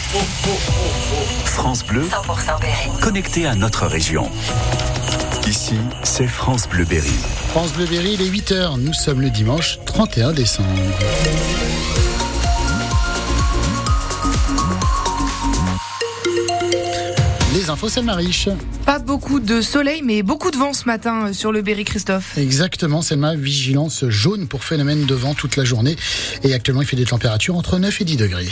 France Bleu, 100% Berry. connecté à notre région. Ici, c'est France Bleu Berry. France Bleu Berry, il est 8h. Nous sommes le dimanche 31 décembre. Les infos, c'est Mariche. Pas beaucoup de soleil, mais beaucoup de vent ce matin sur le Berry, Christophe. Exactement, c'est ma vigilance jaune pour phénomène de vent toute la journée. Et actuellement, il fait des températures entre 9 et 10 degrés.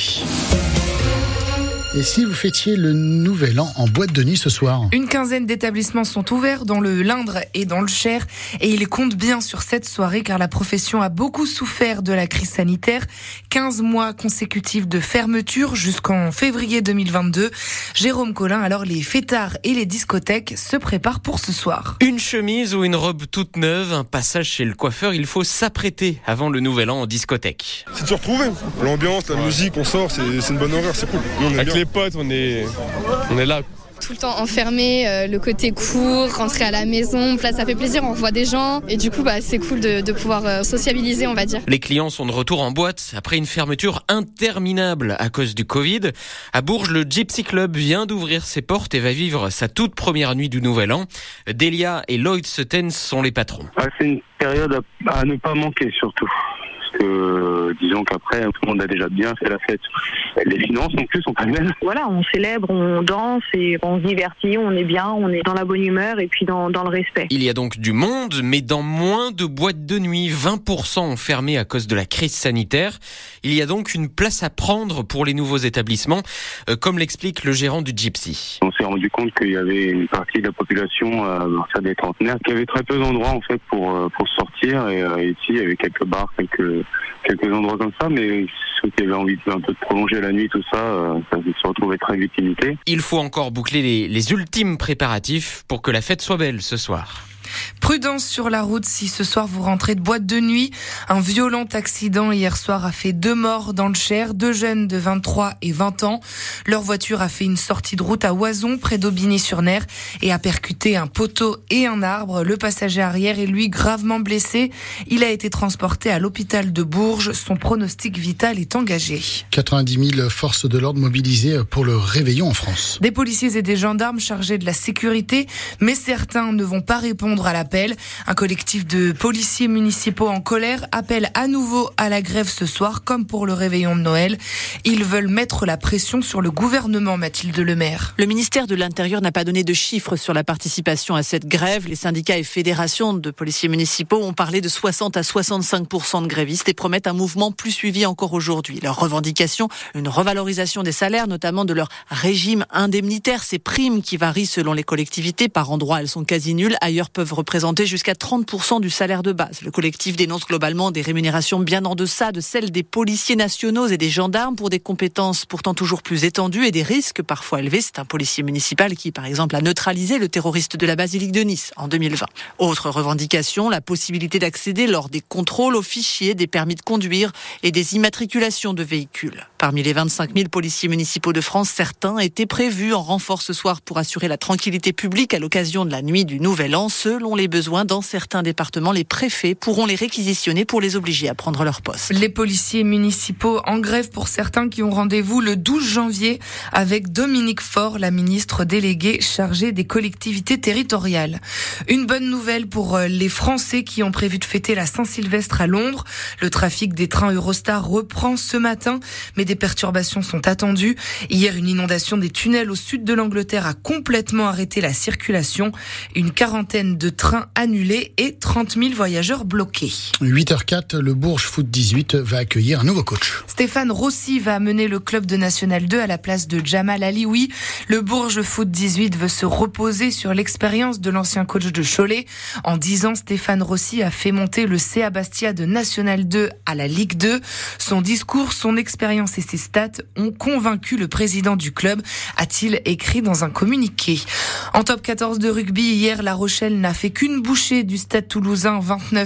Et si vous fêtiez le Nouvel An en boîte de nuit ce soir ? Une quinzaine d'établissements sont ouverts dans le L'Indre et dans le Cher. Et ils comptent bien sur cette soirée car la profession a beaucoup souffert de la crise sanitaire. 15 mois consécutifs de fermeture jusqu'en février 2022. Jérôme Collin, alors les fêtards et les discothèques se préparent pour ce soir. Une chemise ou une robe toute neuve, un passage chez le coiffeur, il faut s'apprêter avant le Nouvel An en discothèque. C'est de se retrouver. L'ambiance, la musique, on sort, c'est une bonne horaire, c'est cool. Nous, on aime bien. Les potes, on est là. Tout le temps enfermé, le côté court, rentrer à la maison, là ça fait plaisir, on voit des gens et du coup c'est cool de pouvoir sociabiliser, on va dire. Les clients sont de retour en boîte après une fermeture interminable à cause du Covid. À Bourges, le Gypsy Club vient d'ouvrir ses portes et va vivre sa toute première nuit du Nouvel An. Delia et Lloyd Sutton sont les patrons. C'est une période à ne pas manquer surtout. Parce que disons qu'après tout le monde a déjà bien fait la fête. Les finances non plus sont pas les mêmes. Voilà, on célèbre, on danse et on se divertit, on est bien, on est dans la bonne humeur et puis dans le respect. Il y a donc du monde, mais dans moins de boîtes de nuit. 20% ont fermé à cause de la crise sanitaire. Il y a donc une place à prendre pour les nouveaux établissements, comme l'explique le gérant du Gypsy. On s'est rendu compte qu'il y avait une partie de la population, ça des trentenaires, qui avait très peu d'endroits en fait pour sortir et ici il y avait quelques bars, quelques endroits comme ça, mais ceux qui avaient envie de un peu de prolonger la nuit, tout ça se retrouvait très vite limité. Il faut encore boucler les ultimes préparatifs pour que la fête soit belle ce soir. Prudence sur la route si ce soir vous rentrez de boîte de nuit. Un violent accident hier soir a fait 2 morts dans le Cher, 2 jeunes de 23 et 20 ans. Leur voiture a fait une sortie de route à Oison, près d'Aubigny-sur-Ner, et a percuté un poteau et un arbre. Le passager arrière est lui gravement blessé. Il a été transporté à l'hôpital de Bourges. Son pronostic vital est engagé. 90 000 forces de l'ordre mobilisées pour le réveillon en France. Des policiers et des gendarmes chargés de la sécurité, mais certains ne vont pas répondre à l'appel. Un collectif de policiers municipaux en colère appelle à nouveau à la grève ce soir, comme pour le réveillon de Noël. Ils veulent mettre la pression sur le gouvernement, Mathilde Lemaire. Le ministère de l'Intérieur n'a pas donné de chiffres sur la participation à cette grève. Les syndicats et fédérations de policiers municipaux ont parlé de 60 à 65% de grévistes et promettent un mouvement plus suivi encore aujourd'hui. Leur revendication, une revalorisation des salaires, notamment de leur régime indemnitaire, ces primes qui varient selon les collectivités. Par endroits, elles sont quasi nulles. Ailleurs, peuvent représenter jusqu'à 30% du salaire de base. Le collectif dénonce globalement des rémunérations bien en deçà de celles des policiers nationaux et des gendarmes pour des compétences pourtant toujours plus étendues et des risques parfois élevés. C'est un policier municipal qui, par exemple, a neutralisé le terroriste de la basilique de Nice en 2020. Autre revendication, la possibilité d'accéder lors des contrôles aux fichiers des permis de conduire et des immatriculations de véhicules. Parmi les 25 000 policiers municipaux de France, certains étaient prévus en renfort ce soir pour assurer la tranquillité publique à l'occasion de la nuit du Nouvel An. Selon les besoins, dans certains départements, les préfets pourront les réquisitionner pour les obliger à prendre leur poste. Les policiers municipaux en grève pour certains qui ont rendez-vous le 12 janvier avec Dominique Faure, la ministre déléguée chargée des collectivités territoriales. Une bonne nouvelle pour les Français qui ont prévu de fêter la Saint-Sylvestre à Londres. Le trafic des trains Eurostar reprend ce matin, mais des perturbations sont attendues. Hier, une inondation des tunnels au sud de l'Angleterre a complètement arrêté la circulation. Une quarantaine de trains annulés et 30 000 voyageurs bloqués. 8h04, le Bourges Foot 18 va accueillir un nouveau coach. Stéphane Rossi va amener le club de National 2 à la place de Jamal Alioui. Le Bourges Foot 18 veut se reposer sur l'expérience de l'ancien coach de Cholet. En 10 ans, Stéphane Rossi a fait monter le CA Bastia de National 2 à la Ligue 2. Son discours, son expérience et ses stats ont convaincu le président du club, a-t-il écrit dans un communiqué. En top 14 de rugby, hier, La Rochelle n'a fait qu'une bouchée du Stade Toulousain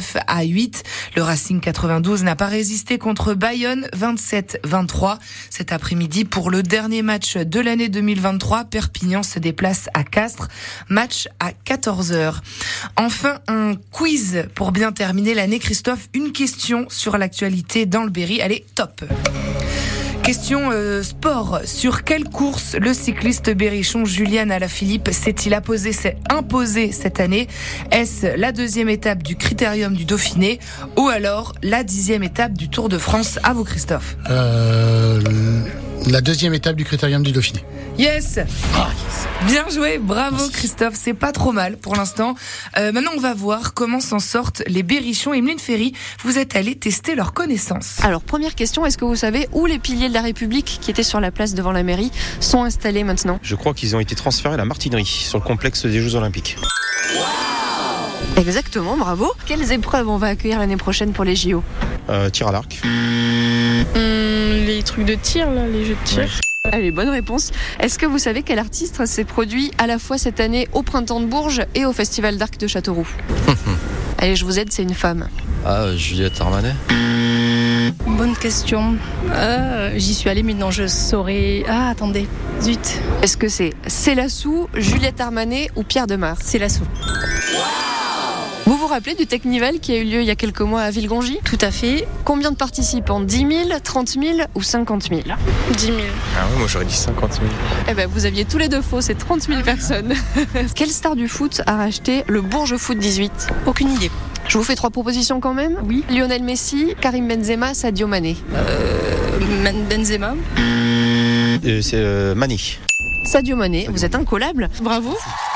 29-8. Le Racing 92 n'a pas résisté contre Bayonne 27-23. Cet après-midi, pour le dernier match de l'année 2023, Perpignan se déplace à Castres. Match à 14h. Enfin, un quiz pour bien terminer l'année. Christophe, une question sur l'actualité dans le Berry. Allez, top. Question sport. Sur quelle course le cycliste berrichon Julian Alaphilippe s'est-il imposé cette année? Est-ce la 2e étape du Critérium du Dauphiné ou alors la 10e étape du Tour de France? À vous, Christophe. La 2e étape du Critérium du Dauphiné. Yes. Bien joué, bravo Christophe, c'est pas trop mal pour l'instant. Maintenant on va voir comment s'en sortent les berrichons. Emeline Ferry, vous êtes allée tester leurs connaissances. Alors première question, est-ce que vous savez où les piliers de la République qui étaient sur la place devant la mairie sont installés maintenant? Je crois qu'ils ont été transférés à la Martinerie, sur le complexe des Jeux Olympiques. Exactement, bravo. Quelles épreuves on va accueillir l'année prochaine pour les JO? Tir à l'arc. Les trucs de tir, là, les jeux de tir. Ouais. Allez, bonne réponse. Est-ce que vous savez quel artiste s'est produit à la fois cette année au Printemps de Bourges et au Festival d'Arc de Châteauroux? Allez, je vous aide, c'est une femme. Juliette Armanet. Bonne question. J'y suis allée, mais non, je saurais... attendez, zut. Est-ce que c'est Célassou, Juliette Armanet ou Pierre Demar? Célassou. Vous vous rappelez du Technival qui a eu lieu il y a quelques mois à Villegongy? Tout à fait. Combien de participants? 10 000, 30 000 ou 50 000? 10 000. Ah ouais, moi j'aurais dit 50 000. Eh ben, vous aviez tous les deux faux, c'est 30 000 personnes. Quelle star du foot a racheté le Bourges Foot 18? Aucune idée. Je vous fais 3 propositions quand même. Oui. Lionel Messi, Karim Benzema, Sadio Mané. Benzema. C'est Mané. Sadio Mané, vous êtes incollable. Bravo.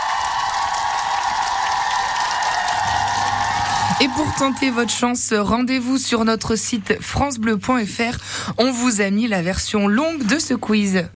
Et pour tenter votre chance, rendez-vous sur notre site francebleu.fr. On vous a mis la version longue de ce quiz.